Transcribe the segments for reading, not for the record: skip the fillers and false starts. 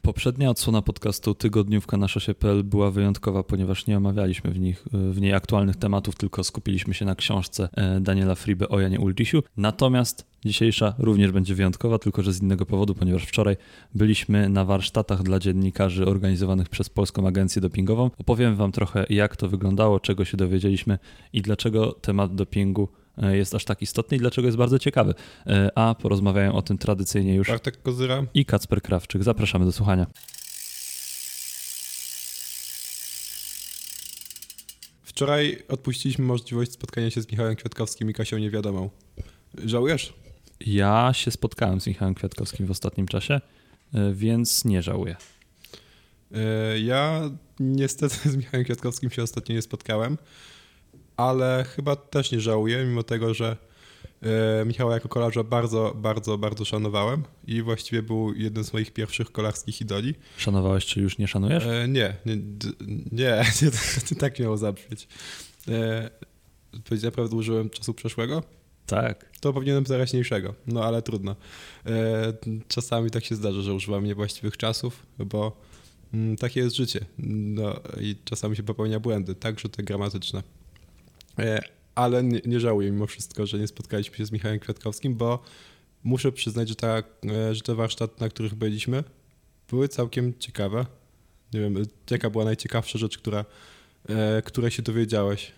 Poprzednia odsłona podcastu Tygodniówka na szosie.pl była wyjątkowa, ponieważ nie omawialiśmy w niej aktualnych tematów, tylko skupiliśmy się na książce Daniela Friebe o Janie Ullrichu. Natomiast dzisiejsza również będzie wyjątkowa, tylko że z innego powodu, ponieważ wczoraj byliśmy na warsztatach dla dziennikarzy organizowanych przez Polską Agencję Dopingową. Opowiem wam trochę, jak to wyglądało, czego się dowiedzieliśmy i dlaczego temat dopingu jest aż tak istotny i dlaczego jest bardzo ciekawy. A porozmawiają o tym tradycyjnie już Bartek Kozyra i Kacper Krawczyk. Zapraszamy do słuchania. Wczoraj odpuściliśmy możliwość spotkania się z Michałem Kwiatkowskim i Kasią Niewiadomą. Żałujesz? Ja się spotkałem z Michałem Kwiatkowskim w ostatnim czasie, więc nie żałuję. Ja niestety z Michałem Kwiatkowskim się ostatnio nie spotkałem, ale chyba też nie żałuję, mimo tego, że Michała jako kolarza bardzo szanowałem i właściwie był jednym z moich pierwszych kolarskich idoli. Szanowałeś, czy już nie szanujesz? Nie, tak miało zabrzmieć. Naprawdę użyłem czasu przeszłego? Tak. To powinienem teraźniejszego, no ale trudno. Czasami tak się zdarza, że używam niewłaściwych czasów, bo takie jest życie. No i czasami się popełnia błędy, także te gramatyczne. Ale nie żałuję mimo wszystko, że nie spotkaliśmy się z Michałem Kwiatkowskim, bo muszę przyznać, że te warsztaty, na których byliśmy, były całkiem ciekawe. Nie wiem, jaka była najciekawsza rzecz, której się dowiedziałeś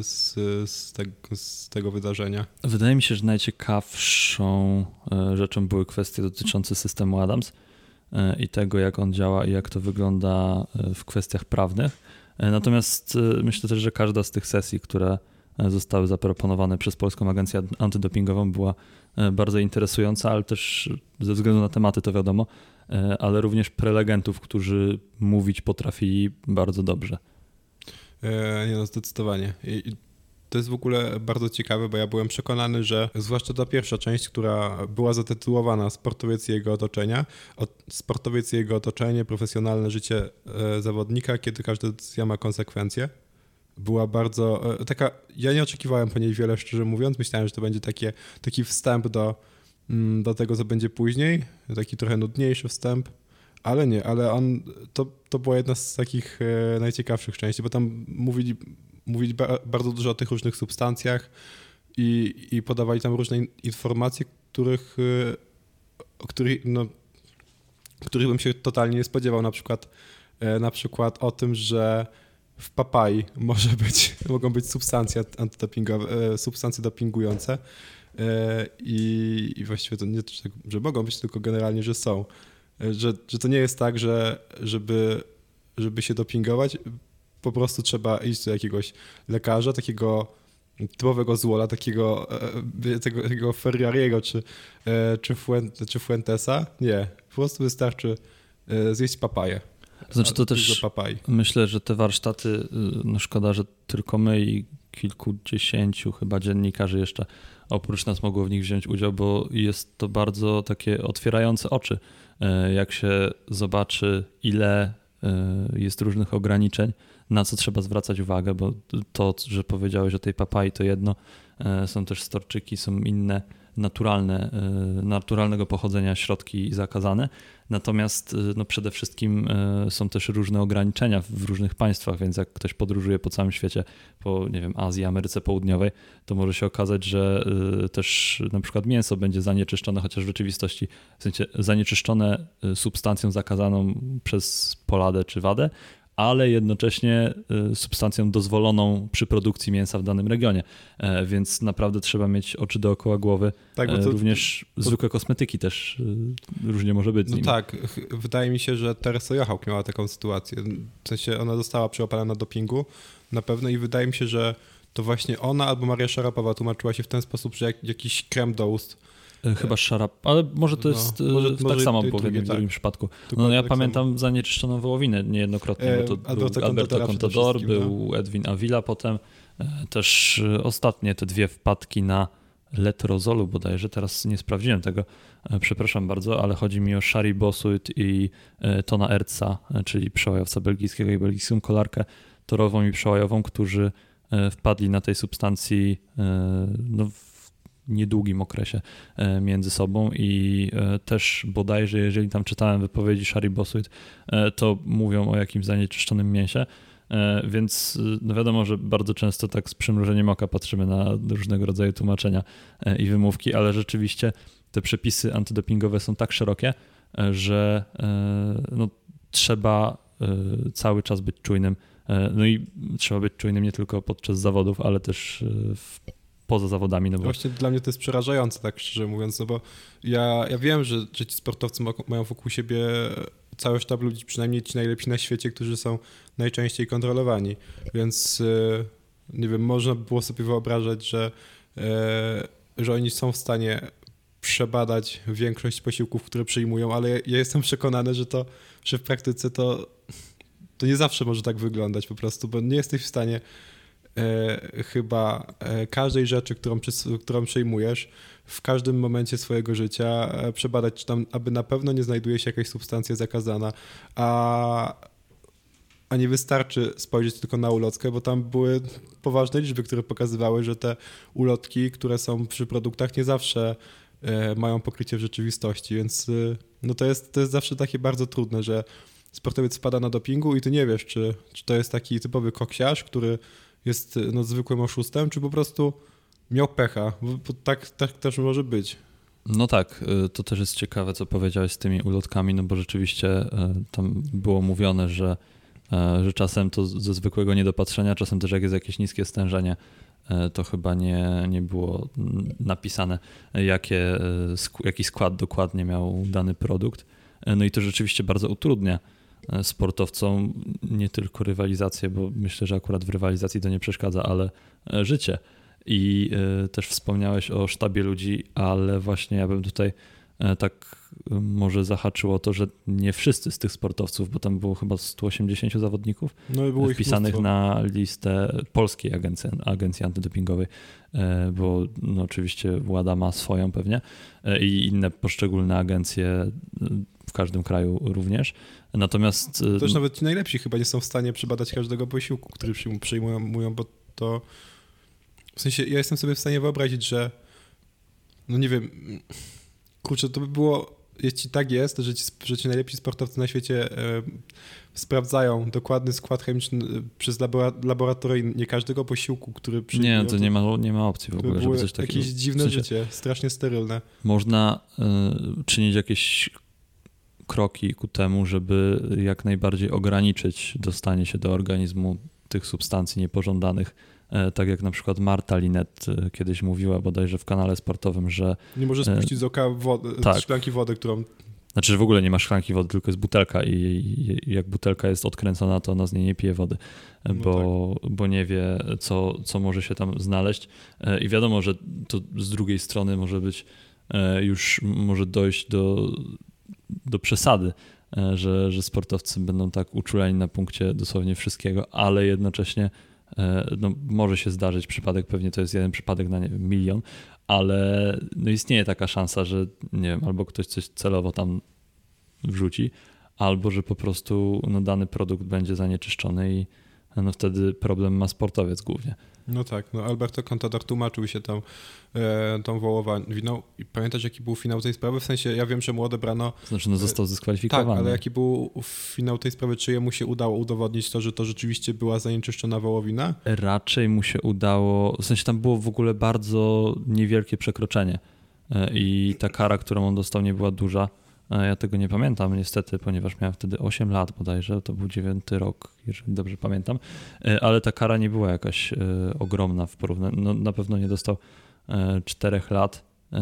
z tego wydarzenia? Wydaje mi się, że najciekawszą rzeczą były kwestie dotyczące systemu Adams i tego, jak on działa i jak to wygląda w kwestiach prawnych. Natomiast myślę też, że każda z tych sesji, które zostały zaproponowane przez Polską Agencję Antydopingową, była bardzo interesująca, ale też ze względu na tematy, to wiadomo, ale również prelegentów, którzy mówić potrafili bardzo dobrze. No zdecydowanie. I to jest w ogóle bardzo ciekawe, bo ja byłem przekonany, że zwłaszcza ta pierwsza część, która była zatytułowana Sportowiec i jego otoczenia, sportowiec i jego otoczenie, profesjonalne życie zawodnika, kiedy każda decyzja ma konsekwencje. Była bardzo taka, ja nie oczekiwałem po niej wiele, szczerze mówiąc. Myślałem, że to będzie taki wstęp do tego, co będzie później, taki trochę nudniejszy wstęp, ale nie, to była jedna z takich najciekawszych części, bo tam mówili bardzo dużo o tych różnych substancjach i podawali tam różne informacje, których bym się totalnie nie spodziewał, na przykład o tym, że w papai mogą być substancje antydopingowe, substancje dopingujące i właściwie to nie to, że mogą być, tylko generalnie, że są. Że to nie jest tak, żeby się dopingować, po prostu trzeba iść do jakiegoś lekarza, takiego typowego złola, takiego Ferrariego czy Fuentesa. Nie, po prostu wystarczy zjeść papaję. Znaczy to też myślę, że te warsztaty, no szkoda, że tylko my i kilkudziesięciu chyba dziennikarzy jeszcze oprócz nas mogło w nich wziąć udział, bo jest to bardzo takie otwierające oczy, jak się zobaczy, ile jest różnych ograniczeń, na co trzeba zwracać uwagę, bo to, że powiedziałeś o tej papai, to jedno, są też storczyki, są inne naturalnego pochodzenia środki zakazane, natomiast no przede wszystkim są też różne ograniczenia w różnych państwach, więc jak ktoś podróżuje po całym świecie, po nie wiem, Azji, Ameryce Południowej, to może się okazać, że też na przykład mięso będzie zanieczyszczone, chociaż w rzeczywistości w sensie zanieczyszczone substancją zakazaną przez POLADę czy WADę, ale jednocześnie substancją dozwoloną przy produkcji mięsa w danym regionie. Więc naprawdę trzeba mieć oczy dookoła głowy. Tak, bo również zwykłe kosmetyki też różnie może być z nimi. Tak, wydaje mi się, że Teresa Jochałk miała taką sytuację. W sensie ona została przyłapana na dopingu na pewno i wydaje mi się, że to właśnie ona albo Maria Szarapowa tłumaczyła się w ten sposób, że jakiś krem do ust. Chyba Szarap, ale może to jest tak samo powiem w drugim przypadku. No ja pamiętam zanieczyszczoną wołowinę niejednokrotnie, bo to był Alberto Contador, był Edwin Avila potem. Też ostatnie te dwie wpadki na letrozolu bodajże, teraz nie sprawdziłem tego, przepraszam bardzo, ale chodzi mi o Shari Bossut i Tona Erca, czyli przełajowca belgijskiego i belgijską kolarkę torową i przełajową, którzy wpadli na tej substancji niedługim okresie między sobą i też bodajże, jeżeli tam czytałem wypowiedzi Shari Bosuit, to mówią o jakimś zanieczyszczonym mięsie, więc no wiadomo, że bardzo często tak z przymrużeniem oka patrzymy na różnego rodzaju tłumaczenia i wymówki, ale rzeczywiście te przepisy antydopingowe są tak szerokie, że no, trzeba cały czas być czujnym. No i trzeba być czujnym nie tylko podczas zawodów, ale też poza zawodami. No bo... Właśnie dla mnie to jest przerażające, tak szczerze mówiąc, no bo ja wiem, że ci sportowcy mają wokół siebie cały sztab ludzi, przynajmniej ci najlepsi na świecie, którzy są najczęściej kontrolowani, więc nie wiem, można by było sobie wyobrażać, że oni są w stanie przebadać większość posiłków, które przyjmują, ale ja jestem przekonany, że w praktyce to nie zawsze może tak wyglądać po prostu, bo nie jesteś w stanie chyba każdej rzeczy, którą przyjmujesz w każdym momencie swojego życia przebadać, czy tam aby na pewno nie znajduje się jakaś substancja zakazana, a nie wystarczy spojrzeć tylko na ulotkę, bo tam były poważne liczby, które pokazywały, że te ulotki, które są przy produktach, nie zawsze mają pokrycie w rzeczywistości, więc no to jest zawsze takie bardzo trudne, że sportowiec wpada na dopingu i ty nie wiesz, czy to jest taki typowy koksiarz, który jest no, zwykłym oszustem, czy po prostu miał pecha, bo tak też może być. No tak, to też jest ciekawe, co powiedziałeś z tymi ulotkami, no bo rzeczywiście tam było mówione, że czasem to ze zwykłego niedopatrzenia, czasem też jak jest jakieś niskie stężenie, to chyba nie było napisane, jaki skład dokładnie miał dany produkt. No i to rzeczywiście bardzo utrudnia sportowcom nie tylko rywalizację, bo myślę, że akurat w rywalizacji to nie przeszkadza, ale życie. I też wspomniałeś o sztabie ludzi, ale właśnie ja bym tutaj tak może zahaczyło o to, że nie wszyscy z tych sportowców, bo tam było chyba 180 zawodników wpisanych na listę polskiej agencji antydopingowej, bo no oczywiście WADA ma swoją pewnie i inne poszczególne agencje w każdym kraju również. Natomiast... Też nawet ci najlepsi chyba nie są w stanie przebadać każdego posiłku, który przyjmują, bo to... W sensie ja jestem sobie w stanie wyobrazić, że no nie wiem, kurczę, to by było, jeśli tak jest, że ci najlepsi sportowcy na świecie sprawdzają dokładny skład chemiczny przez laboratoryjnie każdego posiłku, który przyjmują. Nie, to nie ma opcji w ogóle, żeby coś takiego... Jakieś dziwne życie, strasznie sterylne. Można czynić jakieś kroki ku temu, żeby jak najbardziej ograniczyć dostanie się do organizmu tych substancji niepożądanych. Tak jak na przykład Marta Linet kiedyś mówiła bodajże w kanale sportowym, że... Nie może spuścić z oka szklanki wody, którą... Znaczy, że w ogóle nie ma szklanki wody, tylko jest butelka i jak butelka jest odkręcona, to ona z niej nie pije wody, bo nie wie, co może się tam znaleźć. I wiadomo, że to z drugiej strony już może dojść do przesady, że sportowcy będą tak uczuleni na punkcie dosłownie wszystkiego, ale jednocześnie no, może się zdarzyć przypadek, pewnie to jest jeden przypadek na nie wiem, milion, ale no, istnieje taka szansa, że nie wiem, albo ktoś coś celowo tam wrzuci, albo że po prostu no, dany produkt będzie zanieczyszczony i no, wtedy problem ma sportowiec głównie. No tak, no Alberto Contador tłumaczył się tą wołowiną i pamiętasz jaki był finał tej sprawy? W sensie ja wiem, że mu odebrano... Znaczy no został zdyskwalifikowany. Tak, ale jaki był finał tej sprawy? Czy jemu się udało udowodnić to, że to rzeczywiście była zanieczyszczona wołowina? Raczej mu się udało, w sensie tam było w ogóle bardzo niewielkie przekroczenie i ta kara, którą on dostał nie była duża. Ja tego nie pamiętam niestety, ponieważ miałem wtedy 8 lat bodajże, to był 9 rok, jeżeli dobrze pamiętam, ale ta kara nie była jakaś ogromna w porównaniu, no, na pewno nie dostał 4 lat,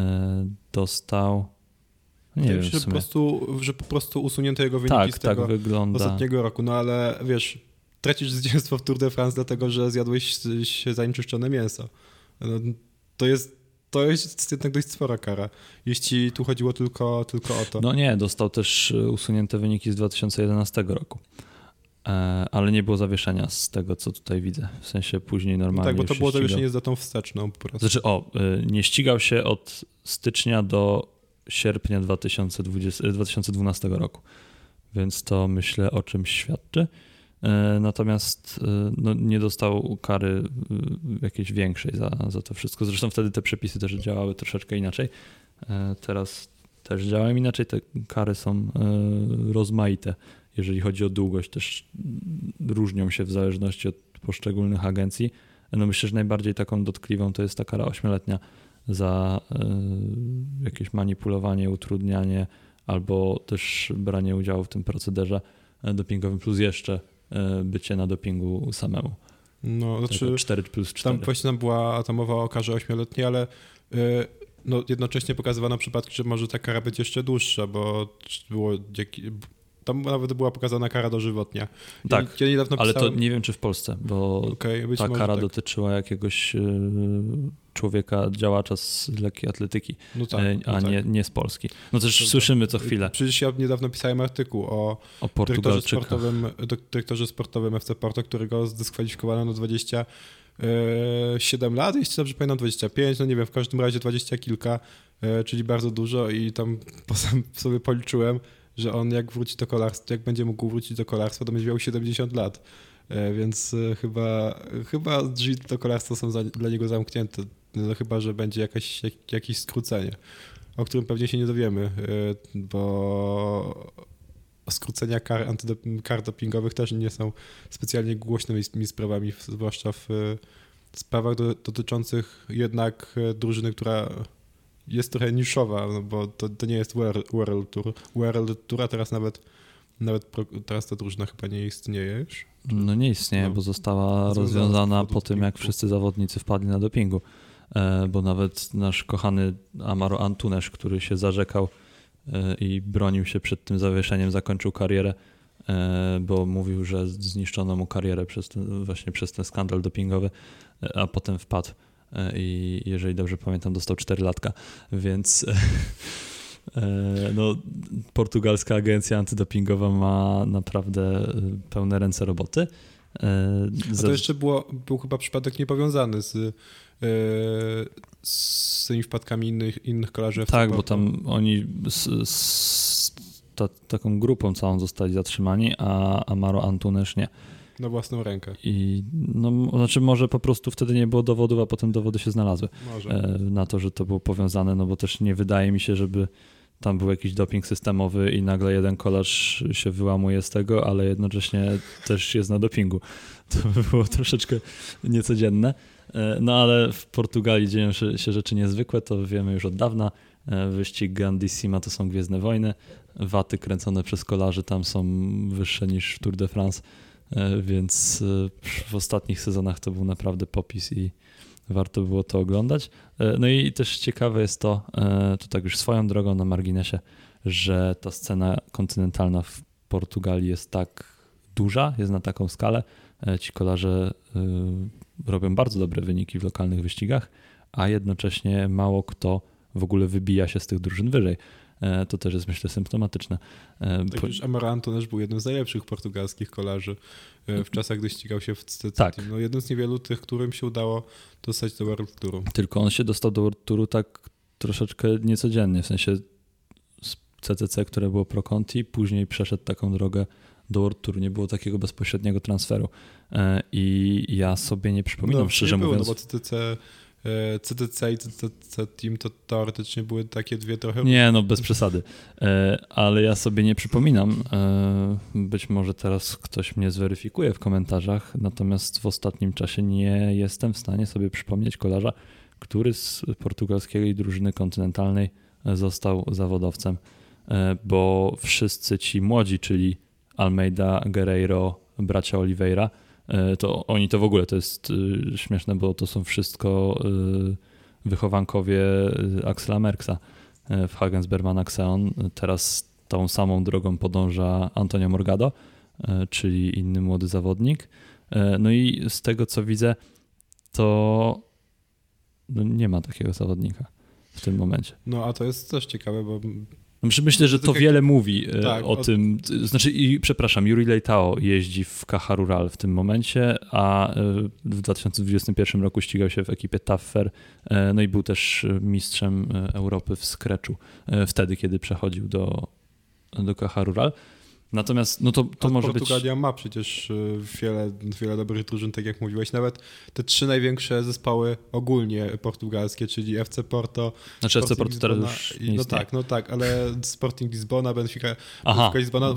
dostał, nie wiem w sumie. Że po prostu usunięto jego wyniki z tego ostatniego roku, no ale wiesz, tracisz zwycięstwo w Tour de France dlatego, że zjadłeś zanieczyszczone mięso. No, to jest jednak dość spora kara, jeśli tu chodziło tylko o to. No nie, dostał też usunięte wyniki z 2011 roku, ale nie było zawieszenia z tego, co tutaj widzę. W sensie później normalnie no tak, bo to było zawieszenie z datą wsteczną po prostu. Znaczy nie ścigał się od stycznia do sierpnia 2012 roku, więc to myślę o czymś świadczy. natomiast no, nie dostał kary jakiejś większej za to wszystko. Zresztą wtedy te przepisy też działały troszeczkę inaczej. Teraz też działają inaczej, te kary są rozmaite. Jeżeli chodzi o długość, też różnią się w zależności od poszczególnych agencji. No myślę, że najbardziej taką dotkliwą to jest ta kara 8-letnia za jakieś manipulowanie, utrudnianie albo też branie udziału w tym procederze dopingowym, plus jeszcze bycie na dopingu samemu. No, znaczy 4+4. Tam właśnie była mowa o karze 8-letniej, ale no, jednocześnie pokazywano przypadki, że może ta kara być jeszcze dłuższa, bo tam nawet była pokazana kara dożywotnia. Tak, ja niedawno ale to nie wiem, czy w Polsce, bo ta kara dotyczyła jakiegoś człowieka, działacza z lekkiej atletyki, nie z Polski. No też słyszymy co chwilę. Przecież ja niedawno pisałem artykuł o dyrektorze sportowym FC Porto, którego zdyskwalifikowano na 27 lat, jeśli dobrze pamiętam, 25, no nie wiem, w każdym razie 20 kilka, czyli bardzo dużo i tam sobie policzyłem, że on jak będzie mógł wrócić do kolarstwa, to będzie miał 70 lat. Więc chyba drzwi do kolarstwa są dla niego zamknięte. No, chyba że będzie jakieś skrócenie, o którym pewnie się nie dowiemy, bo skrócenia kar dopingowych też nie są specjalnie głośnymi sprawami, zwłaszcza w sprawach dotyczących jednak drużyny, która jest trochę niszowa, no bo to nie jest World Tour. World Tour, a teraz nawet teraz ta drużyna chyba nie istnieje już. No nie istnieje, bo została rozwiązana po tym, jak wszyscy zawodnicy wpadli na dopingu. Bo nawet nasz kochany Amaro Antunes, który się zarzekał i bronił się przed tym zawieszeniem, zakończył karierę, bo mówił, że zniszczono mu karierę właśnie przez ten skandal dopingowy, a potem wpadł i jeżeli dobrze pamiętam, dostał 4 latka, więc no, portugalska agencja antydopingowa ma naprawdę pełne ręce roboty. A to jeszcze był chyba przypadek niepowiązany z tymi wpadkami innych kolarzy. Tak, bo tam oni taką grupą całą zostali zatrzymani, a Amaro Antunes nie. Na własną rękę. I no, znaczy może po prostu wtedy nie było dowodów, a potem dowody się znalazły na to, że to było powiązane, no bo też nie wydaje mi się, żeby tam był jakiś doping systemowy i nagle jeden kolarz się wyłamuje z tego, ale jednocześnie też jest na dopingu. To by było troszeczkę niecodzienne. No ale w Portugalii dzieją się rzeczy niezwykłe, to wiemy już od dawna. Wyścig Grandissima to są Gwiezdne Wojny. Waty kręcone przez kolarzy tam są wyższe niż w Tour de France, więc w ostatnich sezonach to był naprawdę popis i warto było to oglądać. No i też ciekawe jest to tak już swoją drogą na marginesie, że ta scena kontynentalna w Portugalii jest tak duża, jest na taką skalę. Ci kolarze robią bardzo dobre wyniki w lokalnych wyścigach, a jednocześnie mało kto w ogóle wybija się z tych drużyn wyżej. To też jest, myślę, symptomatyczne. Tak już Amaro Antunes był jednym z najlepszych portugalskich kolarzy w czasach, gdy ścigał się w CCC. Tak. No, jednym z niewielu tych, którym się udało dostać do World Touru. Tylko on się dostał do World Touru tak troszeczkę niecodziennie, w sensie z CCC, które było Pro Conti, później przeszedł taką drogę do World Touru, nie było takiego bezpośredniego transferu. I ja sobie nie przypominam, szczerze mówiąc. No bo CTC i CTC Team to teoretycznie były takie dwie trochę... Nie, no bez przesady. Ale ja sobie nie przypominam. Być może teraz ktoś mnie zweryfikuje w komentarzach, natomiast w ostatnim czasie nie jestem w stanie sobie przypomnieć kolarza, który z portugalskiej drużyny kontynentalnej został zawodowcem, bo wszyscy ci młodzi, czyli Almeida, Guerreiro, bracia Oliveira, to oni to w ogóle, to jest śmieszne, bo to są wszystko wychowankowie Axela Merckxa w Hagensberman Axeon. Teraz tą samą drogą podąża Antonio Morgado, czyli inny młody zawodnik. No i z tego co widzę, to nie ma takiego zawodnika w tym momencie. No a to jest też ciekawe, bo... Myślę, że to wiele mówi o tym. Znaczy, przepraszam, Yuri Leitao jeździ w Caja Rural w tym momencie, a w 2021 roku ścigał się w ekipie Taffer, no i był też mistrzem Europy w scratchu wtedy, kiedy przechodził do Caja Rural. Natomiast no to może być... Portugalia ma przecież wiele dobrych drużyn, tak jak mówiłeś. Nawet te 3 największe zespoły ogólnie portugalskie, czyli FC Porto, Znaczy FC Porto teraz już nie istnieje. No tak, ale Sporting Lizbona, Benfica Lizbona,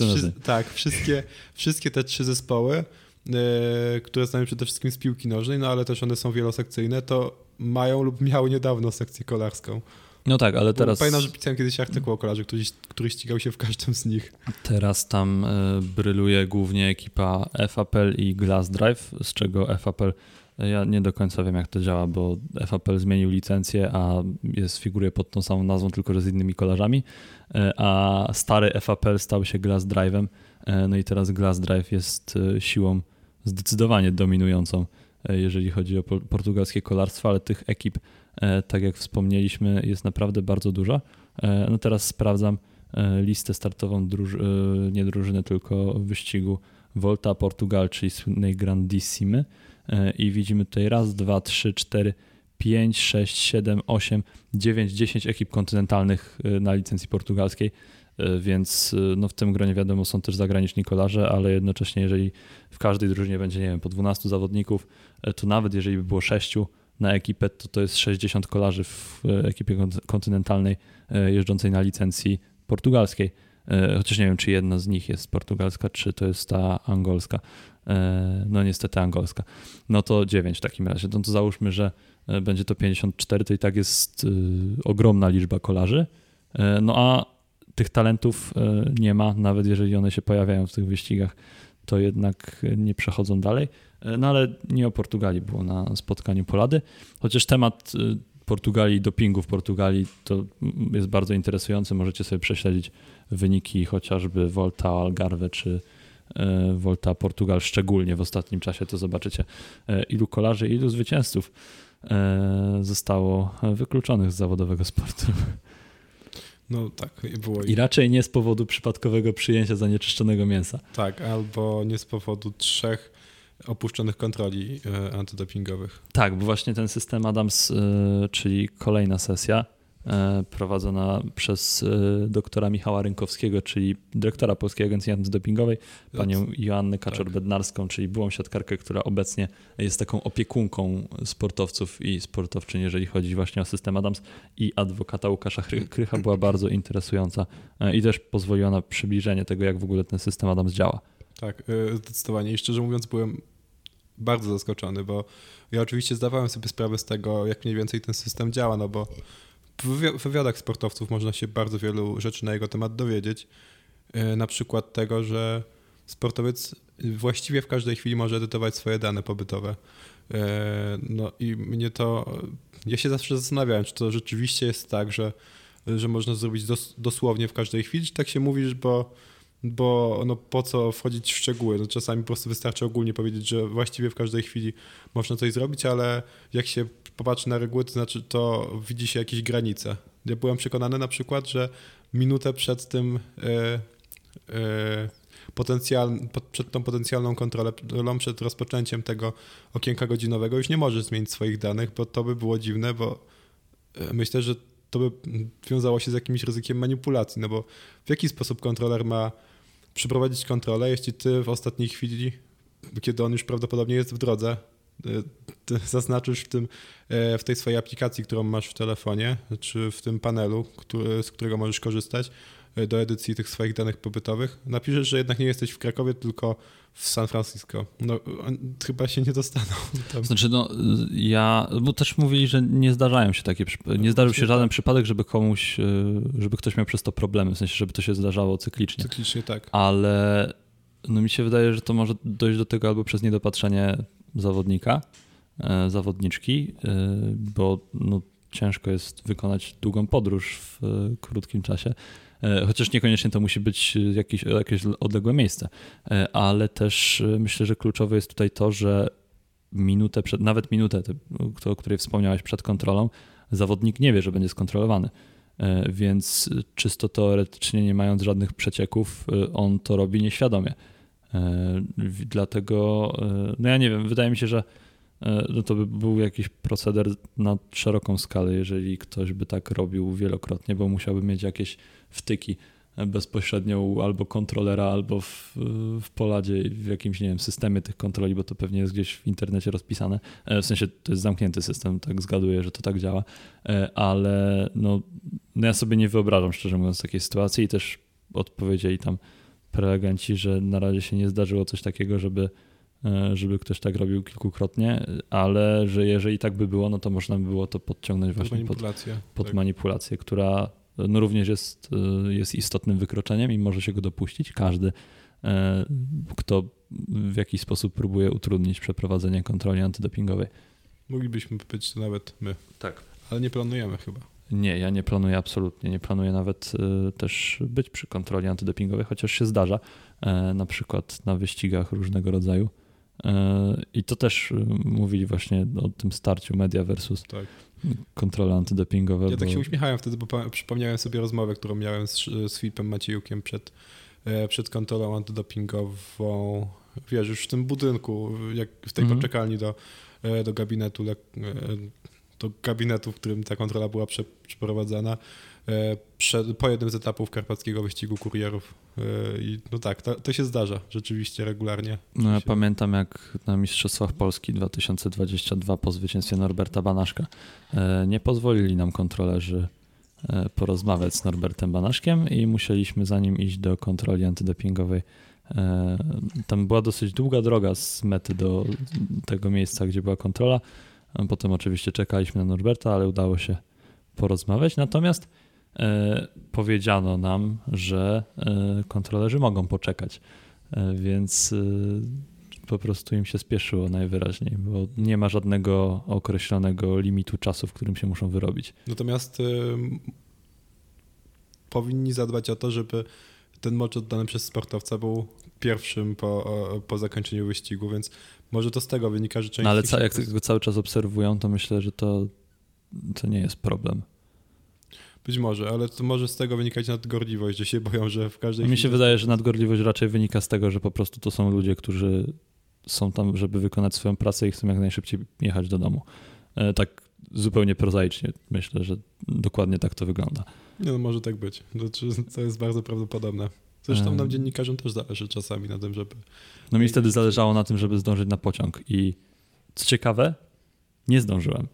wszystkie te 3 zespoły, które znamy przede wszystkim z piłki nożnej, no ale też one są wielosekcyjne, to mają lub miały niedawno sekcję kolarską. No tak, ale teraz... Pamiętam, że pisałem kiedyś artykuł o kolarze, który ścigał się w każdym z nich. Teraz tam bryluje głównie ekipa FAPL i Glass Drive, z czego FAPL, ja nie do końca wiem jak to działa, bo FAPL zmienił licencję, a figuruje pod tą samą nazwą, tylko że z innymi kolarzami, a stary FAPL stał się Glass Drive'em, no i teraz Glass Drive jest siłą zdecydowanie dominującą, jeżeli chodzi o portugalskie kolarstwo, ale tych ekip, tak jak wspomnieliśmy, jest naprawdę bardzo dużo. No teraz sprawdzam listę startową nie drużyny, tylko wyścigu Volta a Portugal, czyli słynnej Grandissimy, i widzimy tutaj 1, 2, 3, 4, 5, 6, 7, 8, 9, 10 ekip kontynentalnych na licencji portugalskiej, więc no w tym gronie wiadomo są też zagraniczni kolarze, ale jednocześnie jeżeli w każdej drużynie będzie, nie wiem, po 12 zawodników, to nawet jeżeli by było 6 na ekipę, to jest 60 kolarzy w ekipie kontynentalnej jeżdżącej na licencji portugalskiej. Chociaż nie wiem, czy jedna z nich jest portugalska, czy to jest ta angolska. No niestety angolska. No to 9 w takim razie. No to załóżmy, że będzie to 54, to i tak jest ogromna liczba kolarzy. No a tych talentów nie ma, nawet jeżeli one się pojawiają w tych wyścigach, to jednak nie przechodzą dalej. No ale nie o Portugalii było na spotkaniu Polady, chociaż temat Portugalii, dopingu w Portugalii to jest bardzo interesujący. Możecie sobie prześledzić wyniki chociażby Volta Algarve czy Volta Portugal, szczególnie w ostatnim czasie, to zobaczycie ilu kolarzy, ilu zwycięzców zostało wykluczonych z zawodowego sportu. No tak, było. I raczej nie z powodu przypadkowego przyjęcia zanieczyszczonego mięsa. Tak, albo nie z powodu 3 opuszczonych kontroli antydopingowych. Tak, bo właśnie ten system Adams, czyli kolejna sesja prowadzona przez doktora Michała Rynkowskiego, czyli dyrektora Polskiej Agencji Antydopingowej, panią Joannę Kaczor-Bednarską, czyli byłą siatkarkę, która obecnie jest taką opiekunką sportowców i sportowczyń, jeżeli chodzi właśnie o system Adams, i adwokata Łukasza Krycha, była bardzo interesująca i też pozwoliła na przybliżenie tego, jak w ogóle ten system Adams działa. Tak, zdecydowanie. I szczerze mówiąc byłem bardzo zaskoczony, bo ja oczywiście zdawałem sobie sprawę z tego, jak mniej więcej ten system działa, no bo w wywiadach sportowców można się bardzo wielu rzeczy na jego temat dowiedzieć. Na przykład tego, że sportowiec właściwie w każdej chwili może edytować swoje dane pobytowe. No i ja się zawsze zastanawiałem, czy to rzeczywiście jest tak, że można zrobić dosłownie w każdej chwili, czy tak się mówisz, bo no po co wchodzić w szczegóły? No czasami po prostu wystarczy ogólnie powiedzieć, że właściwie w każdej chwili można coś zrobić, ale jak się popatrzy na reguły, to znaczy to widzi się jakieś granice. Ja byłem przekonany na przykład, że minutę przed tym przed tą potencjalną kontrolą, przed rozpoczęciem tego okienka godzinowego już nie możesz zmienić swoich danych, bo to by było dziwne, bo myślę, że to by wiązało się z jakimś ryzykiem manipulacji, no bo w jaki sposób kontroler ma przeprowadzić kontrolę, jeśli ty w ostatniej chwili, kiedy on już prawdopodobnie jest w drodze, ty zaznaczysz w tej swojej aplikacji, którą masz w telefonie, czy w tym panelu, z którego możesz korzystać do edycji tych swoich danych pobytowych, napiszesz, że jednak nie jesteś w Krakowie, tylko w San Francisco. No chyba się nie dostaną tam. Znaczy bo też mówili, że nie zdarzają się takie nie zdarzył się żaden przypadek, żeby ktoś miał przez to problemy, w sensie, żeby to się zdarzało cyklicznie. Cyklicznie, tak. Ale no mi się wydaje, że to może dojść do tego albo przez niedopatrzenie zawodnika, zawodniczki, bo no, ciężko jest wykonać długą podróż w krótkim czasie, chociaż niekoniecznie to musi być jakieś odległe miejsce, ale też myślę, że kluczowe jest tutaj to, że nawet minutę, o której wspomniałeś przed kontrolą, zawodnik nie wie, że będzie skontrolowany, więc czysto teoretycznie, nie mając żadnych przecieków, on to robi nieświadomie. Dlatego, no ja nie wiem, wydaje mi się, że to by był jakiś proceder na szeroką skalę, jeżeli ktoś by tak robił wielokrotnie, bo musiałby mieć jakieś wtyki bezpośrednio albo kontrolera, albo w Poladzie, w jakimś, nie wiem, systemie tych kontroli, bo to pewnie jest gdzieś w internecie rozpisane. W sensie to jest zamknięty system, tak zgaduję, że to tak działa, ale no ja sobie nie wyobrażam, szczerze mówiąc, takiej sytuacji i też odpowiedzieli tam prelegenci, że na razie się nie zdarzyło coś takiego, żeby ktoś tak robił kilkukrotnie, ale że jeżeli tak by było, no to można by było to podciągnąć właśnie pod manipulację, która no również jest istotnym wykroczeniem i może się go dopuścić każdy, kto w jakiś sposób próbuje utrudnić przeprowadzenie kontroli antydopingowej. Moglibyśmy powiedzieć to nawet my. Tak. Ale nie planujemy chyba. Nie, ja nie planuję absolutnie. Nie planuję nawet też być przy kontroli antydopingowej, chociaż się zdarza, na przykład na wyścigach różnego rodzaju. I to też mówili właśnie o tym starciu media versus kontrola antydopingowa. Ja tak się uśmiechałem wtedy, bo przypomniałem sobie rozmowę, którą miałem z Filipem Maciejukiem przed kontrolą antydopingową. Wiesz, już w tym budynku, jak w tej poczekalni do gabinetu, w którym ta kontrola była przeprowadzana po jednym z etapów karpackiego wyścigu kurierów. I no tak, to się zdarza rzeczywiście regularnie. No ja pamiętam, jak na Mistrzostwach Polski 2022 po zwycięstwie Norberta Banaszka nie pozwolili nam kontrolerzy porozmawiać z Norbertem Banaszkiem i musieliśmy za nim iść do kontroli antydopingowej. Tam była dosyć długa droga z mety do tego miejsca, gdzie była kontrola. Potem oczywiście czekaliśmy na Norberta, ale udało się porozmawiać. Natomiast powiedziano nam, że kontrolerzy mogą poczekać, więc po prostu im się spieszyło najwyraźniej, bo nie ma żadnego określonego limitu czasu, w którym się muszą wyrobić. Natomiast powinni zadbać o to, żeby ten mocz oddany przez sportowca był pierwszym po zakończeniu wyścigu, więc może to z tego wynika, że część... No ale jak go cały czas obserwują, to myślę, że to nie jest problem. Być może, ale to może z tego wynikać nadgorliwość, że się boją, że w każdej Mi się wydaje, że nadgorliwość raczej wynika z tego, że po prostu to są ludzie, którzy są tam, żeby wykonać swoją pracę i chcą jak najszybciej jechać do domu. Tak zupełnie prozaicznie myślę, że dokładnie tak to wygląda. Nie, no może tak być. To jest bardzo prawdopodobne. Zresztą nam dziennikarzom też zależy czasami na tym, żeby... No mi wtedy zależało na tym, żeby zdążyć na pociąg i co ciekawe, nie zdążyłem.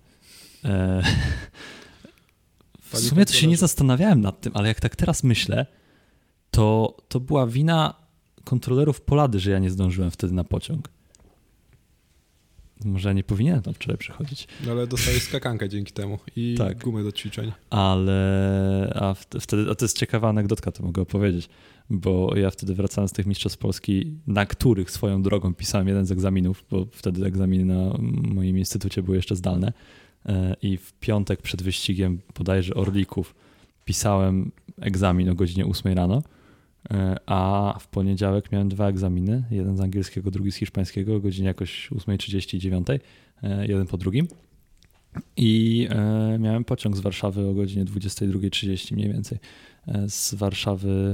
W sumie to się nie zastanawiałem nad tym, ale jak tak teraz myślę, to była wina kontrolerów Polady, że ja nie zdążyłem wtedy na pociąg. Może ja nie powinienem tam wczoraj przychodzić. No ale dostałeś skakankę dzięki temu i gumę do ćwiczeń. A to jest ciekawa anegdotka, to mogę opowiedzieć, bo ja wtedy wracałem z tych mistrzostw Polski, na których swoją drogą pisałem jeden z egzaminów, bo wtedy egzaminy na moim instytucie były jeszcze zdalne i w piątek przed wyścigiem bodajże Orlików pisałem egzamin o godzinie 8 rano, a w poniedziałek miałem 2 egzaminy, jeden z angielskiego, drugi z hiszpańskiego o godzinie jakoś 8:30 i 9, jeden po drugim. I miałem pociąg z Warszawy o godzinie 22:30 mniej więcej. Z Warszawy...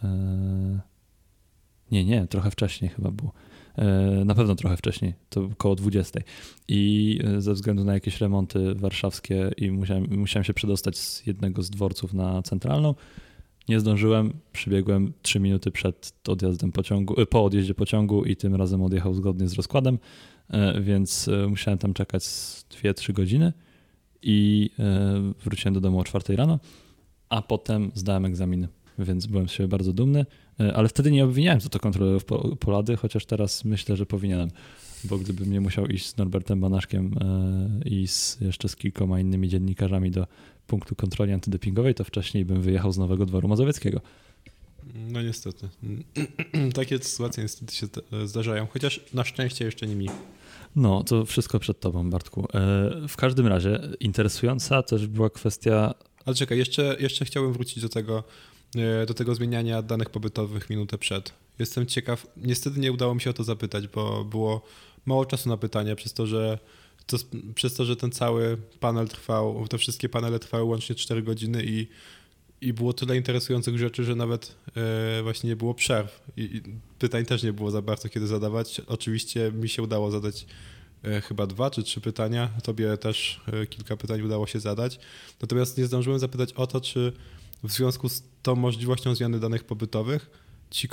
Nie, trochę wcześniej chyba było. Na pewno trochę wcześniej, to około 20. I ze względu na jakieś remonty warszawskie i musiałem się przedostać z jednego z dworców na Centralną. Nie zdążyłem, przybiegłem 3 minuty przed odjazdem po odjeździe pociągu i tym razem odjechał zgodnie z rozkładem, więc musiałem tam czekać 2-3 godziny i wróciłem do domu o 4 rano, a potem zdałem egzaminy, więc byłem z siebie bardzo dumny, ale wtedy nie obwiniałem za to kontrolerów Polady, chociaż teraz myślę, że powinienem, bo gdybym nie musiał iść z Norbertem Banaszkiem i jeszcze z kilkoma innymi dziennikarzami do punktu kontroli antydopingowej, to wcześniej bym wyjechał z Nowego Dworu Mazowieckiego. No niestety. Takie sytuacje niestety się zdarzają, chociaż na szczęście jeszcze nie mi. No, to wszystko przed tobą, Bartku. W każdym razie interesująca też była kwestia... Ale czekaj, jeszcze chciałbym wrócić do tego zmieniania danych pobytowych minutę przed. Jestem ciekaw, niestety nie udało mi się o to zapytać, bo było mało czasu na pytanie, przez to, że ten cały panel trwał, te wszystkie panele trwały łącznie 4 godziny i było tyle interesujących rzeczy, że nawet właśnie nie było przerw i pytań też nie było za bardzo kiedy zadawać. Oczywiście mi się udało zadać chyba 2 czy 3 pytania, tobie też kilka pytań udało się zadać, natomiast nie zdążyłem zapytać o to, czy w związku z tą możliwością zmiany danych pobytowych ci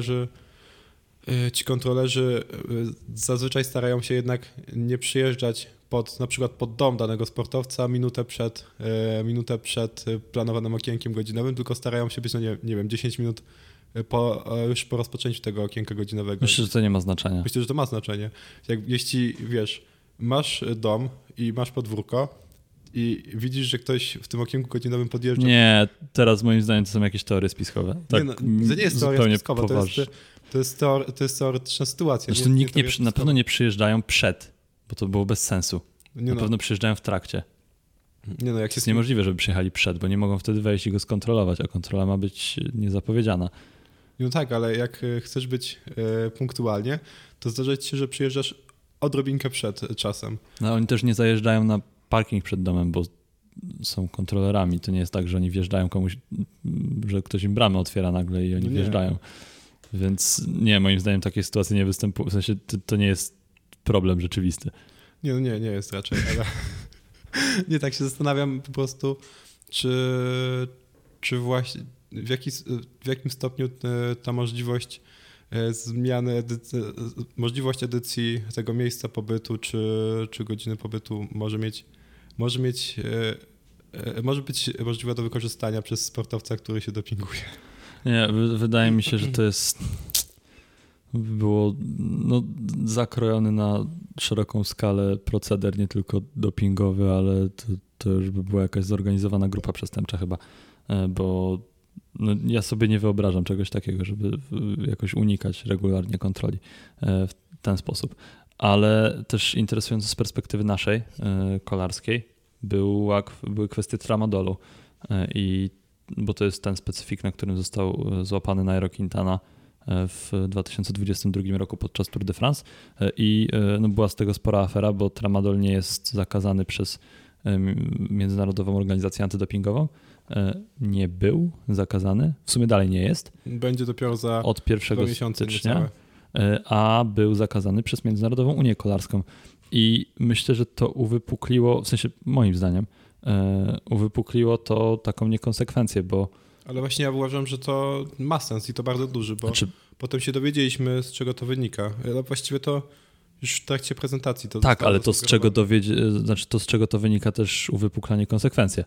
kontrolerzy zazwyczaj starają się jednak nie przyjeżdżać na przykład pod dom danego sportowca minutę przed planowanym okienkiem godzinowym, tylko starają się być, nie wiem, 10 minut już po rozpoczęciu tego okienka godzinowego. Myślę, że to nie ma znaczenia. Myślę, że to ma znaczenie. Jeśli wiesz, masz dom i masz podwórko i widzisz, że ktoś w tym okienku godzinowym podjeżdża... Nie, teraz moim zdaniem to są jakieś teorie spiskowe. Tak, to nie jest teoria spiskowa, to jest teoretyczna sytuacja. Zresztą na pewno nie przyjeżdżają przed, bo to było bez sensu. Na pewno przyjeżdżają w trakcie. Jest niemożliwe, żeby przyjechali przed, bo nie mogą wtedy wejść i go skontrolować, a kontrola ma być niezapowiedziana. No tak, ale jak chcesz być punktualnie, to zdarza ci się, że przyjeżdżasz odrobinkę przed czasem. No oni też nie zajeżdżają na parking przed domem, bo są kontrolerami. To nie jest tak, że oni wjeżdżają komuś, że ktoś im bramę otwiera nagle i oni wjeżdżają. Więc nie, moim zdaniem takie sytuacje nie występują. W sensie to nie jest problem rzeczywisty. Nie jest raczej, ale nie, tak się zastanawiam po prostu, czy właśnie w jakim stopniu ta możliwość zmiany możliwość edycji tego miejsca pobytu czy godziny pobytu może być możliwa do wykorzystania przez sportowca, który się dopinguje. Nie, wydaje mi się, że to było zakrojony na szeroką skalę proceder, nie tylko dopingowy, ale to już by była jakaś zorganizowana grupa przestępcza chyba, bo ja sobie nie wyobrażam czegoś takiego, żeby jakoś unikać regularnie kontroli w ten sposób. Ale też interesujące z perspektywy naszej, kolarskiej, były kwestie tramadolu, bo to jest ten specyfik, na którym został złapany Nairo Quintana w 2022 roku podczas Tour de France i była z tego spora afera, bo tramadol nie jest zakazany przez Międzynarodową Organizację Antydopingową. Nie był zakazany, w sumie dalej nie jest. Będzie dopiero za od 1 stycznia, a był zakazany przez Międzynarodową Unię Kolarską. I myślę, że to uwypukliło, w sensie moim zdaniem, uwypukliło to taką niekonsekwencję, bo... Ale właśnie ja uważam, że to ma sens i to bardzo duży, bo potem się dowiedzieliśmy, z czego to wynika. Ale właściwie to już w trakcie prezentacji to... Tak, ale to z czego to wynika też uwypukla niekonsekwencje,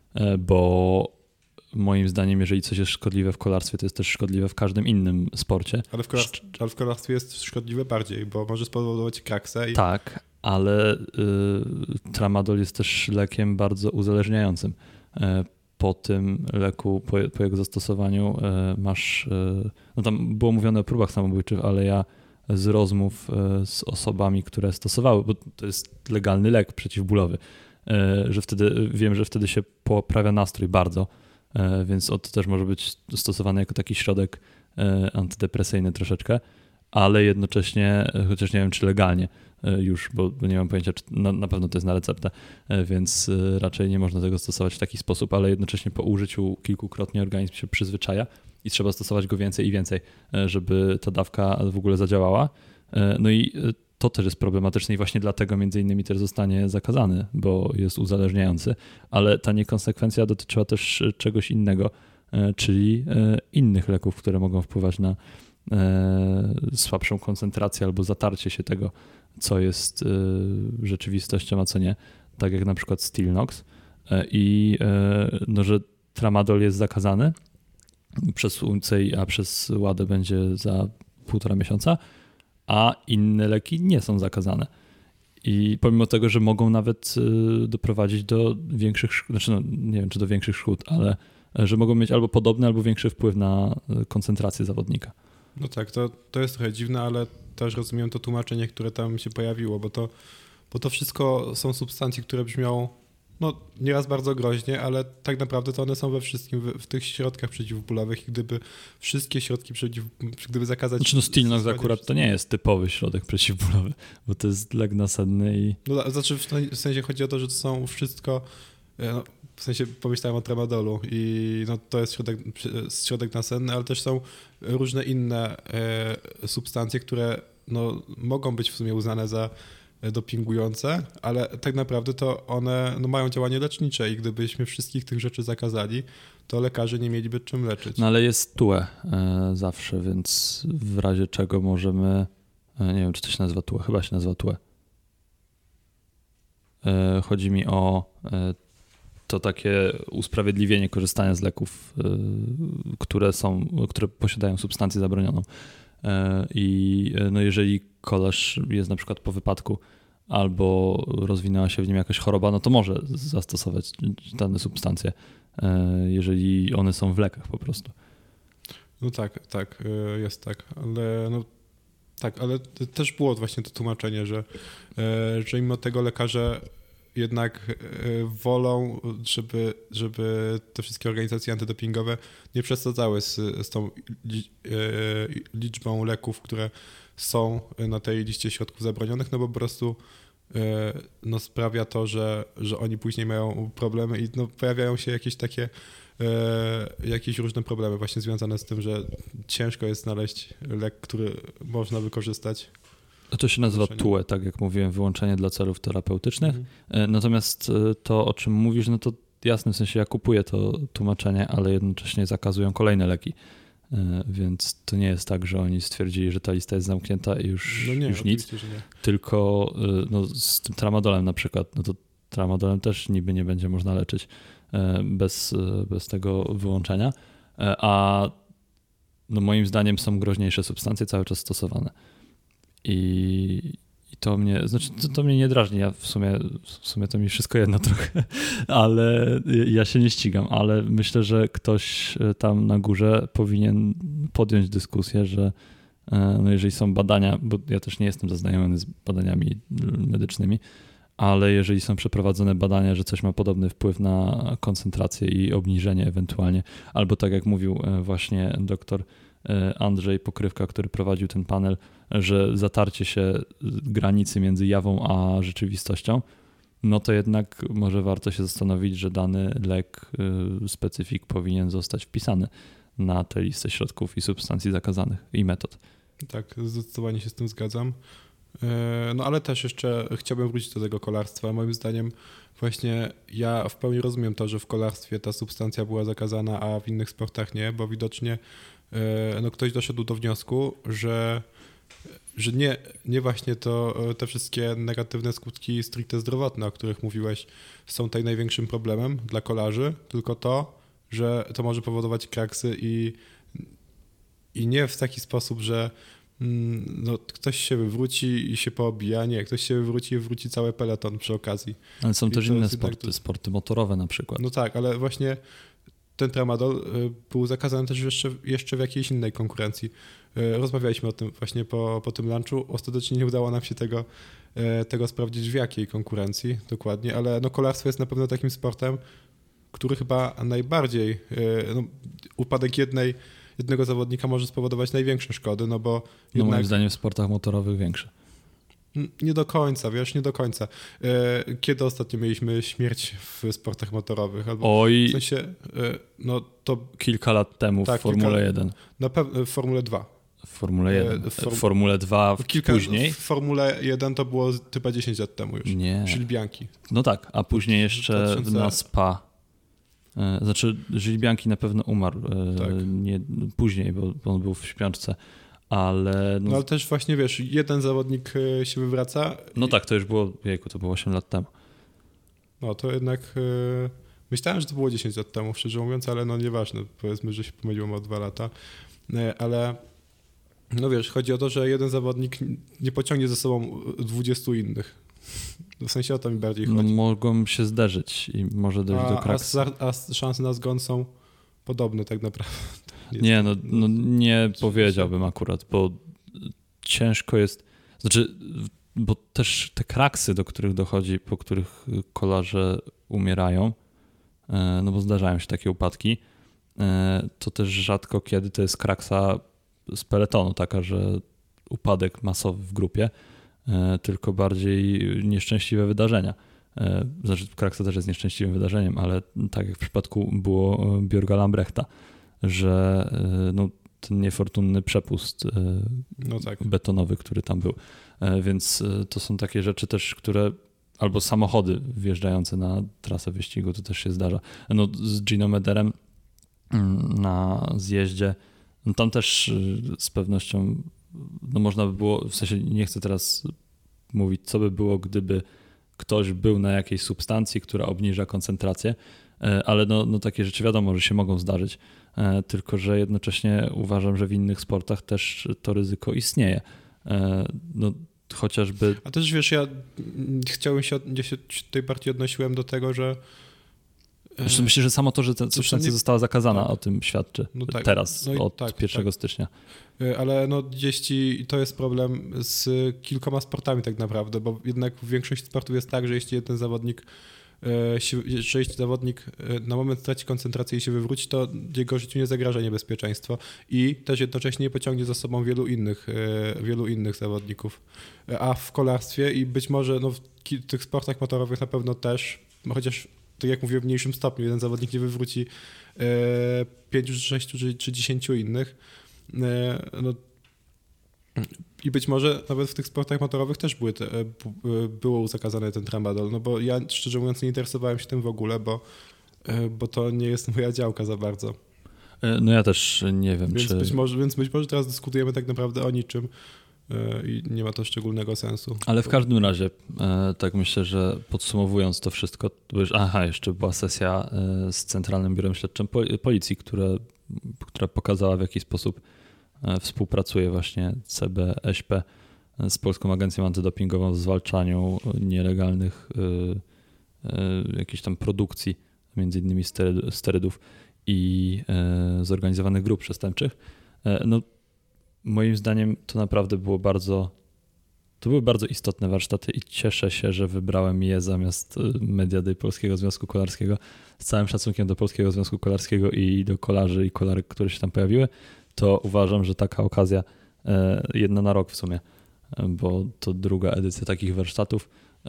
bo moim zdaniem, jeżeli coś jest szkodliwe w kolarstwie, to jest też szkodliwe w każdym innym sporcie. Ale w kolarstwie jest szkodliwe bardziej, bo może spowodować kraksę. Tak, ale tramadol jest też lekiem bardzo uzależniającym. Po tym leku, po jego zastosowaniu masz... tam było mówione o próbach samobójczych, ale ja z rozmów z osobami, które stosowały, bo to jest legalny lek przeciwbólowy, że wtedy się poprawia nastrój bardzo, więc to też może być stosowany jako taki środek antydepresyjny troszeczkę, ale jednocześnie, chociaż nie wiem czy legalnie już, bo nie mam pojęcia, czy na pewno to jest na receptę, więc raczej nie można tego stosować w taki sposób, ale jednocześnie po użyciu kilkukrotnie organizm się przyzwyczaja i trzeba stosować go więcej i więcej, żeby ta dawka w ogóle zadziałała. No i to też jest problematyczne i właśnie dlatego między innymi też zostanie zakazany, bo jest uzależniający, ale ta niekonsekwencja dotyczyła też czegoś innego, czyli innych leków, które mogą wpływać na słabszą koncentrację albo zatarcie się tego, co jest rzeczywistością, a co nie, tak jak na przykład Stilnox i że tramadol jest zakazany przez UCI, a przez WADA będzie za 1,5 miesiąca, a inne leki nie są zakazane. I pomimo tego, że mogą nawet doprowadzić do większych, nie wiem czy do większych szkód, ale że mogą mieć albo podobny, albo większy wpływ na koncentrację zawodnika. No tak, to jest trochę dziwne, ale też rozumiem to tłumaczenie, które tam się pojawiło, bo to wszystko są substancje, które brzmią nieraz bardzo groźnie, ale tak naprawdę to one są we wszystkim, w tych środkach przeciwbólowych i gdyby wszystkie środki gdyby zakazać... Stilnox akurat to nie jest typowy środek przeciwbólowy, bo to jest lek nasenny i... w sensie chodzi o to, że to są wszystko... w sensie pomyślałem o tramadolu i to jest środek nasenny, ale też są różne inne substancje, które mogą być w sumie uznane za dopingujące, ale tak naprawdę to one mają działanie lecznicze i gdybyśmy wszystkich tych rzeczy zakazali, to lekarze nie mieliby czym leczyć. No ale jest TUE zawsze, więc w razie czego możemy, nie wiem, czy to się nazywa TUE, chyba się nazywa TUE. Chodzi mi o to takie usprawiedliwienie korzystania z leków, które posiadają substancję zabronioną. I no jeżeli koleś jest na przykład po wypadku albo rozwinęła się w nim jakaś choroba, no to może zastosować dane substancje, jeżeli one są w lekach po prostu. No tak, jest tak, ale no tak, ale też było właśnie to tłumaczenie, że mimo tego lekarze jednak wolą, żeby te wszystkie organizacje antydopingowe nie przesadzały z tą liczbą leków, które są na tej liście środków zabronionych, no bo po prostu no sprawia to, że oni później mają problemy i no pojawiają się jakieś różne problemy właśnie związane z tym, że ciężko jest znaleźć lek, który można wykorzystać. To się nazywa TUE, tak jak mówiłem, wyłączenie dla celów terapeutycznych. Natomiast to, o czym mówisz, no to jasne, w sensie ja kupuję to tłumaczenie, ale jednocześnie zakazują kolejne leki. Więc to nie jest tak, że oni stwierdzili, że ta lista jest zamknięta i już nic. Że nie. Tylko no, z tym tramadolem na przykład, no to tramadolem też niby nie będzie można leczyć bez tego wyłączenia. A no, moim zdaniem są groźniejsze substancje cały czas stosowane. I to mnie, to mnie nie drażni, ja w sumie to mi wszystko jedno trochę, ale ja się nie ścigam, ale myślę, że ktoś tam na górze powinien podjąć dyskusję, że no jeżeli są badania, bo ja też nie jestem zaznajomiony z badaniami medycznymi, ale jeżeli są przeprowadzone badania, że coś ma podobny wpływ na koncentrację i obniżenie ewentualnie, albo tak jak mówił właśnie doktor Andrzej Pokrywka, który prowadził ten panel, że zatarcie się granicy między jawą a rzeczywistością, no to jednak może warto się zastanowić, że dany lek, specyfik powinien zostać wpisany na tę listę środków i substancji zakazanych i metod. Tak, zdecydowanie się z tym zgadzam. No ale też jeszcze chciałbym wrócić do tego kolarstwa. Moim zdaniem właśnie ja w pełni rozumiem to, że w kolarstwie ta substancja była zakazana, a w innych sportach nie, bo widocznie no ktoś doszedł do wniosku, że nie właśnie te wszystkie negatywne skutki stricte zdrowotne, o których mówiłeś, są tutaj największym problemem dla kolarzy, tylko to, że to może powodować kraksy i nie w taki sposób, że no, ktoś się wywróci i się poobija, nie, ktoś się wywróci i wróci cały peleton przy okazji. Ale są też inne sporty, sporty motorowe na przykład. No tak, ale właśnie ten tramadol był zakazany też jeszcze w jakiejś innej konkurencji. Rozmawialiśmy o tym właśnie po tym lunchu. Ostatecznie nie udało nam się tego sprawdzić w jakiej konkurencji dokładnie, ale no kolarstwo jest na pewno takim sportem, który chyba najbardziej, no, upadek jednego zawodnika może spowodować największe szkody, no bo no moim zdaniem w sportach motorowych większe. Nie do końca, wiesz, nie do końca. Kiedy ostatnio mieliśmy śmierć w sportach motorowych? Albo Oj, w sensie, no to kilka lat temu w Formule 1. Na pewno w Formule 2. W Formule 1. W Formule 2 później. W Formule 1 to było chyba 10 lat temu już. Nie. Gilles Bianchi. No tak, a później jeszcze 2000... na Spa. Znaczy Gilles Bianchi na pewno umarł nie, później, bo on był w śpiączce. Ale, no ale też właśnie wiesz, jeden zawodnik się wywraca. No tak, to już było, to było 8 lat temu. No to jednak myślałem, że to było 10 lat temu, szczerze mówiąc, ale no nieważne, powiedzmy, że się pomyliłem o 2 lata. Ale no wiesz, chodzi o to, że jeden zawodnik nie pociągnie ze sobą 20 innych. W sensie o to mi bardziej chodzi. No mogą się zderzyć i może dojść do kraksy. A szanse na zgon są podobne tak naprawdę. Nie, no nie powiedziałbym akurat, bo ciężko jest, znaczy, bo też te kraksy, do których dochodzi, po których kolarze umierają, no bo zdarzają się takie upadki, to też rzadko kiedy to jest kraksa z peletonu, taka, że upadek masowy w grupie, tylko bardziej nieszczęśliwe wydarzenia. Znaczy kraksa też jest nieszczęśliwym wydarzeniem, ale tak jak w przypadku było Björga Lambrechta, że no, ten niefortunny przepust betonowy, który tam był. Więc to są takie rzeczy też, które albo samochody wjeżdżające na trasę wyścigu, to też się zdarza. No, z Gino Mederem na zjeździe. No tam też z pewnością można by było, w sensie nie chcę teraz mówić, co by było, gdyby ktoś był na jakiejś substancji, która obniża koncentrację, ale no takie rzeczy wiadomo, że się mogą zdarzyć, tylko że jednocześnie uważam, że w innych sportach też to ryzyko istnieje. No chociażby... A też wiesz, ja się tutaj bardziej odnosiłem do tego, że Zresztą myślę, że samo to, że ta substancja została zakazana, o tym świadczy teraz, od 1 stycznia. Ale gdzieś to jest problem z kilkoma sportami tak naprawdę, bo jednak w większości sportów jest tak, że jeśli zawodnik na moment traci koncentrację i się wywróci, to jego życiu nie zagraża niebezpieczeństwo i też jednocześnie pociągnie za sobą wielu innych zawodników. A w kolarstwie i być może w tych sportach motorowych na pewno też, chociaż tak jak mówię, w mniejszym stopniu. Jeden zawodnik nie wywróci 5, 6 czy 10 innych. I być może nawet w tych sportach motorowych też było zakazane ten tramadol, bo ja szczerze mówiąc nie interesowałem się tym w ogóle, bo to nie jest moja działka za bardzo. No ja też nie wiem, więc być może teraz dyskutujemy tak naprawdę o niczym i nie ma to szczególnego sensu. Ale w każdym razie, tak myślę, że podsumowując to wszystko, to już, jeszcze była sesja z Centralnym Biurem Śledczym Policji, która pokazała, w jaki sposób współpracuje właśnie CBŚP z Polską Agencją Antydopingową w zwalczaniu nielegalnych jakichś tam produkcji, między innymi sterydów i zorganizowanych grup przestępczych. Moim zdaniem to naprawdę były bardzo istotne warsztaty i cieszę się, że wybrałem je zamiast Media Day Polskiego Związku Kolarskiego. Z całym szacunkiem do Polskiego Związku Kolarskiego i do kolarzy i kolarek, które się tam pojawiły, to uważam, że taka okazja, jedna na rok w sumie, bo to druga edycja takich warsztatów,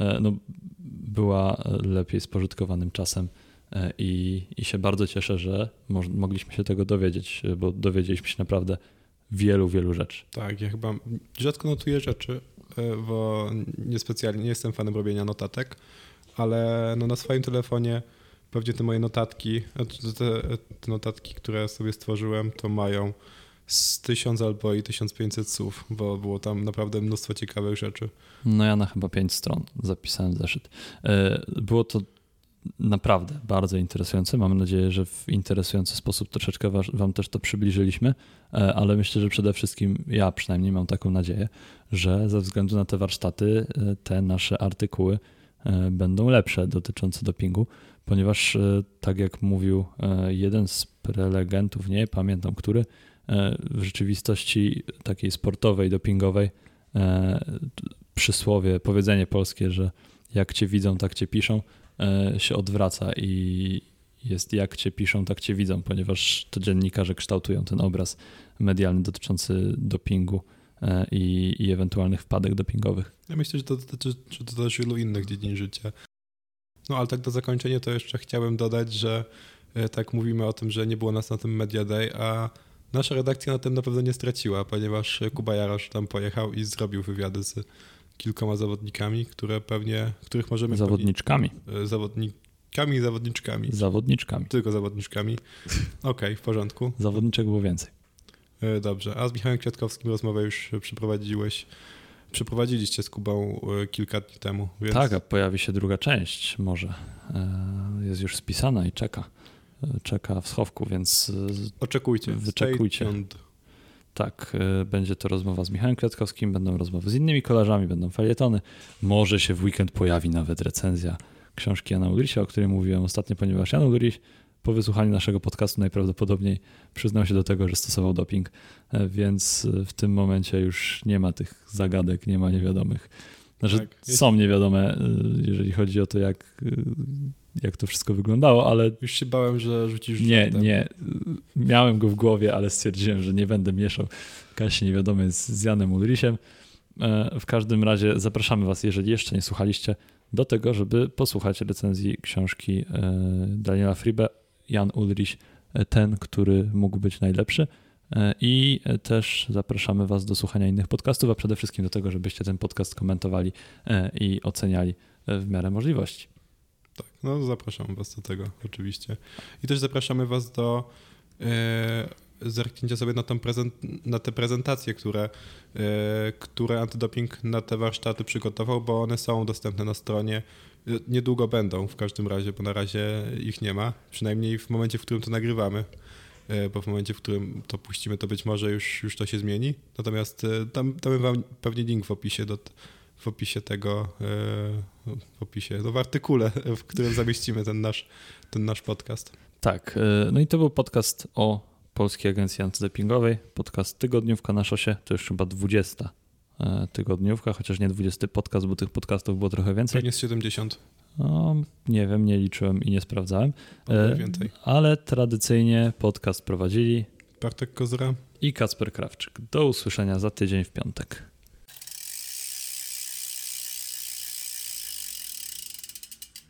była lepiej spożytkowanym czasem i się bardzo cieszę, że mogliśmy się tego dowiedzieć, bo dowiedzieliśmy się naprawdę wielu rzeczy. Tak, ja chyba rzadko notuję rzeczy, bo nie jestem fanem robienia notatek, ale na swoim telefonie pewnie te moje notatki, te notatki, które sobie stworzyłem, to mają z 1000 albo i 1500 słów, bo było tam naprawdę mnóstwo ciekawych rzeczy. No ja na chyba 5 stron zapisałem zeszyt. Było to naprawdę bardzo interesujące. Mam nadzieję, że w interesujący sposób troszeczkę wam też to przybliżyliśmy, ale myślę, że przede wszystkim ja przynajmniej mam taką nadzieję, że ze względu na te warsztaty te nasze artykuły będą lepsze dotyczące dopingu, ponieważ tak jak mówił jeden z prelegentów, nie pamiętam który, w rzeczywistości takiej sportowej, dopingowej przysłowie, powiedzenie polskie, że jak cię widzą, tak cię piszą, się odwraca i jest jak cię piszą, tak cię widzą, ponieważ to dziennikarze kształtują ten obraz medialny dotyczący dopingu i ewentualnych wpadek dopingowych. Ja myślę, że to dotyczy też wielu innych dziedzin życia. Ale tak do zakończenia to jeszcze chciałem dodać, że tak mówimy o tym, że nie było nas na tym Media Day, a nasza redakcja na tym na pewno nie straciła, ponieważ Kuba Jarosz tam pojechał i zrobił wywiady z kilkoma zawodnikami, których możemy... Zawodniczkami. Zawodniczkami. Tylko zawodniczkami. Okej, w porządku. Zawodniczek było więcej. Dobrze. A z Michałem Kwiatkowskim rozmowę już przeprowadziliście z Kubą kilka dni temu. Więc... Tak, a pojawi się druga część może. Jest już spisana i czeka w schowku, więc oczekujcie. Wyczekujcie. Tak, będzie to rozmowa z Michałem Kwiatkowskim, będą rozmowy z innymi kolarzami, będą felietony. Może się w weekend pojawi nawet recenzja książki Jana Ulricha, o której mówiłem ostatnio, ponieważ Jan Ulrich po wysłuchaniu naszego podcastu najprawdopodobniej przyznał się do tego, że stosował doping, więc w tym momencie już nie ma tych zagadek, nie ma niewiadomych. Są niewiadome, jeżeli chodzi o to, jak to wszystko wyglądało, ale... Już się bałem, że rzucisz Nie. Miałem go w głowie, ale stwierdziłem, że nie będę mieszał Kasi niewiadomej z Janem Ulrichem. W każdym razie zapraszamy was, jeżeli jeszcze nie słuchaliście, do tego, żeby posłuchać recenzji książki Daniela Friebe, Jan Ulrich, ten, który mógł być najlepszy. I też zapraszamy was do słuchania innych podcastów, a przede wszystkim do tego, żebyście ten podcast komentowali i oceniali w miarę możliwości. Tak, zapraszam was do tego oczywiście. I też zapraszamy was do zerknięcie sobie na te prezentacje, które antydoping na te warsztaty przygotował, bo one są dostępne na stronie. Niedługo będą w każdym razie, bo na razie ich nie ma, przynajmniej w momencie, w którym to nagrywamy, bo w momencie, w którym to puścimy, to być może już to się zmieni. Natomiast damy wam pewnie link w opisie tego, w artykule, w którym zamieścimy ten nasz podcast. Tak, no i to był podcast o Polskiej Agencji Antydopingowej, podcast Tygodniówka na szosie, to już chyba 20 tygodniówka, chociaż nie 20 podcast, bo tych podcastów było trochę więcej. Pewnie jest 70. No, nie wiem, nie liczyłem i nie sprawdzałem, Więcej. Ale tradycyjnie podcast prowadzili Bartek Kozra i Kacper Krawczyk. Do usłyszenia za tydzień w piątek.